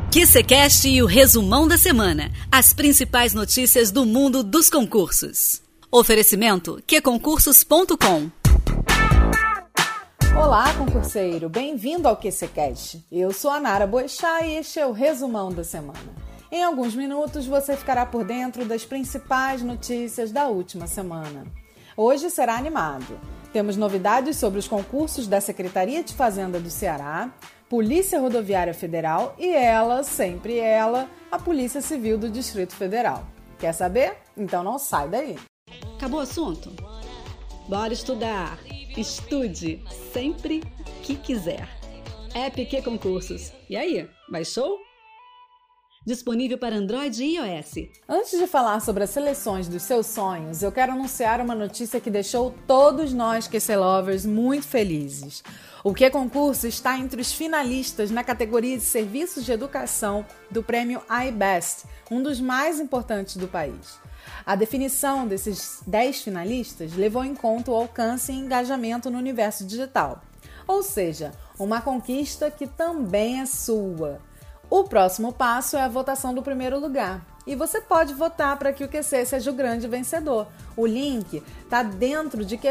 QCCast e o resumão da semana. As principais notícias do mundo dos concursos. Oferecimento qconcursos.com. Olá, concurseiro! Bem-vindo ao QCCast. Eu sou a Nara Boechat e este é o resumão da semana. Em alguns minutos você ficará por dentro das principais notícias da última semana. Hoje será animado. Temos novidades sobre os concursos da Secretaria de Fazenda do Ceará, Polícia Rodoviária Federal e ela, sempre ela, a Polícia Civil do Distrito Federal. Quer saber? Então não sai daí. Acabou o assunto? Bora estudar! Estude sempre que quiser. App QConcursos. E aí, baixou? Disponível para Android e iOS. Antes de falar sobre as seleções dos seus sonhos, eu quero anunciar uma notícia que deixou todos nós QC Lovers muito felizes. O QConcurso está entre os finalistas na categoria de Serviços de Educação do Prêmio iBest, um dos mais importantes do país. A definição desses 10 finalistas levou em conta o alcance e engajamento no universo digital, ou seja, uma conquista que também é sua. O próximo passo é a votação do primeiro lugar. E você pode votar para que o QC seja o grande vencedor. O link está dentro de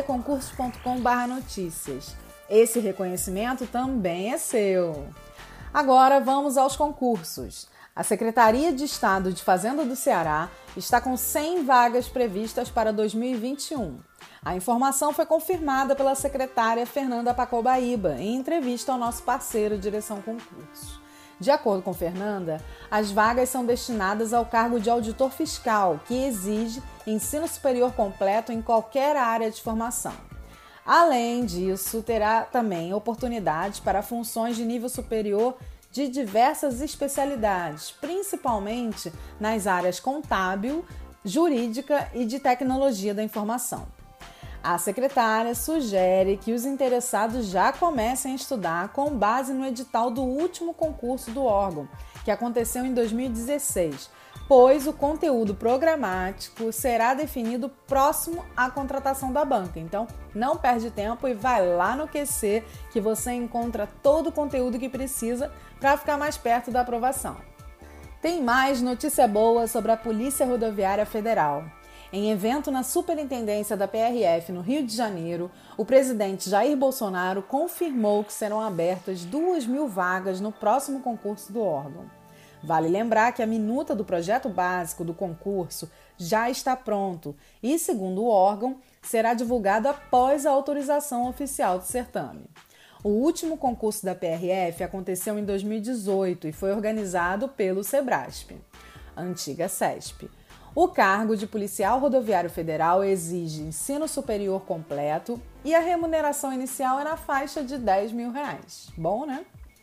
qconcursos.com/notícias. Esse reconhecimento também é seu. Agora vamos aos concursos. A Secretaria de Estado de Fazenda do Ceará está com 100 vagas previstas para 2021. A informação foi confirmada pela secretária Fernanda Pacobaíba em entrevista ao nosso parceiro Direção Concursos. De acordo com Fernanda, as vagas são destinadas ao cargo de auditor fiscal, que exige ensino superior completo em qualquer área de formação. Além disso, terá também oportunidades para funções de nível superior de diversas especialidades, principalmente nas áreas contábil, jurídica e de tecnologia da informação. A secretária sugere que os interessados já comecem a estudar com base no edital do último concurso do órgão, que aconteceu em 2016, pois o conteúdo programático será definido próximo à contratação da banca. Então, não perde tempo e vai lá no QC que você encontra todo o conteúdo que precisa para ficar mais perto da aprovação. Tem mais notícia boa sobre a Polícia Rodoviária Federal. Em evento na Superintendência da PRF no Rio de Janeiro, o presidente Jair Bolsonaro confirmou que serão abertas 2.000 vagas no próximo concurso do órgão. Vale lembrar que a minuta do projeto básico do concurso já está pronto e, segundo o órgão, será divulgado após a autorização oficial do certame. O último concurso da PRF aconteceu em 2018 e foi organizado pelo SEBRASP, a antiga CESP. O cargo de policial rodoviário federal exige ensino superior completo e a remuneração inicial é na faixa de R$10.000. Bom, né?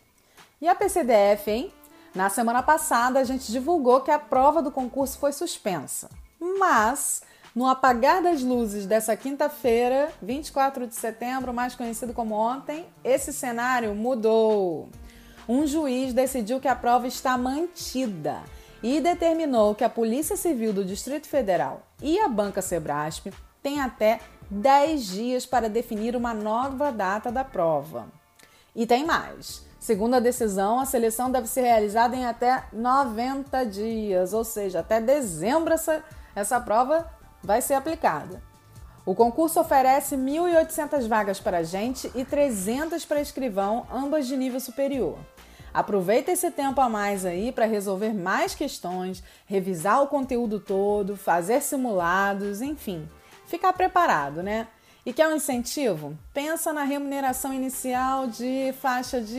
E a PCDF, hein? Na semana passada, a gente divulgou que a prova do concurso foi suspensa. Mas, no apagar das luzes dessa quinta-feira, 24 de setembro, mais conhecido como ontem, esse cenário mudou. Um juiz decidiu que a prova está mantida e determinou que a Polícia Civil do Distrito Federal e a Banca SEBRASP têm até 10 dias para definir uma nova data da prova. E tem mais. Segundo a decisão, a seleção deve ser realizada em até 90 dias, ou seja, até dezembro essa prova vai ser aplicada. O concurso oferece 1.800 vagas para agente e 300 para escrivão, ambas de nível superior. Aproveita esse tempo a mais aí para resolver mais questões, revisar o conteúdo todo, fazer simulados, enfim, ficar preparado, né? E quer um incentivo? Pensa na remuneração inicial de faixa de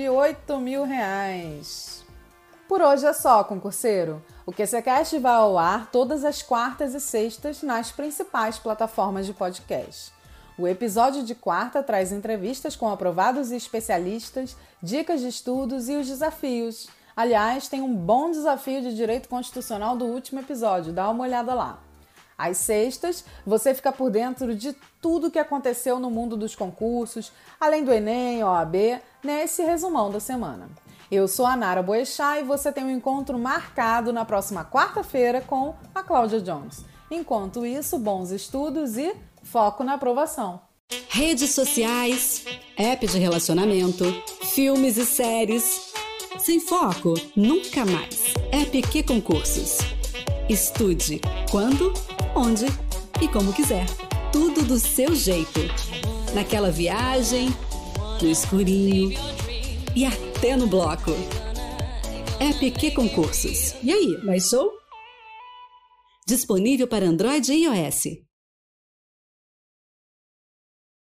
R$8.000. Por hoje é só, concurseiro. O QCCast vai ao ar todas as quartas e sextas nas principais plataformas de podcast. O episódio de quarta traz entrevistas com aprovados e especialistas, dicas de estudos e os desafios. Aliás, tem um bom desafio de direito constitucional do último episódio, dá uma olhada lá. Às sextas, você fica por dentro de tudo o que aconteceu no mundo dos concursos, além do Enem, OAB, nesse resumão da semana. Eu sou a Nara Boechat e você tem um encontro marcado na próxima quarta-feira com a Cláudia Jones. Enquanto isso, bons estudos e foco na aprovação. Redes sociais, app de relacionamento, filmes e séries. Sem foco, nunca mais. EPQ Concursos. Estude quando, onde e como quiser. Tudo do seu jeito. Naquela viagem, no escurinho e até no bloco. EPQ Concursos. E aí, baixou? Disponível para Android e iOS.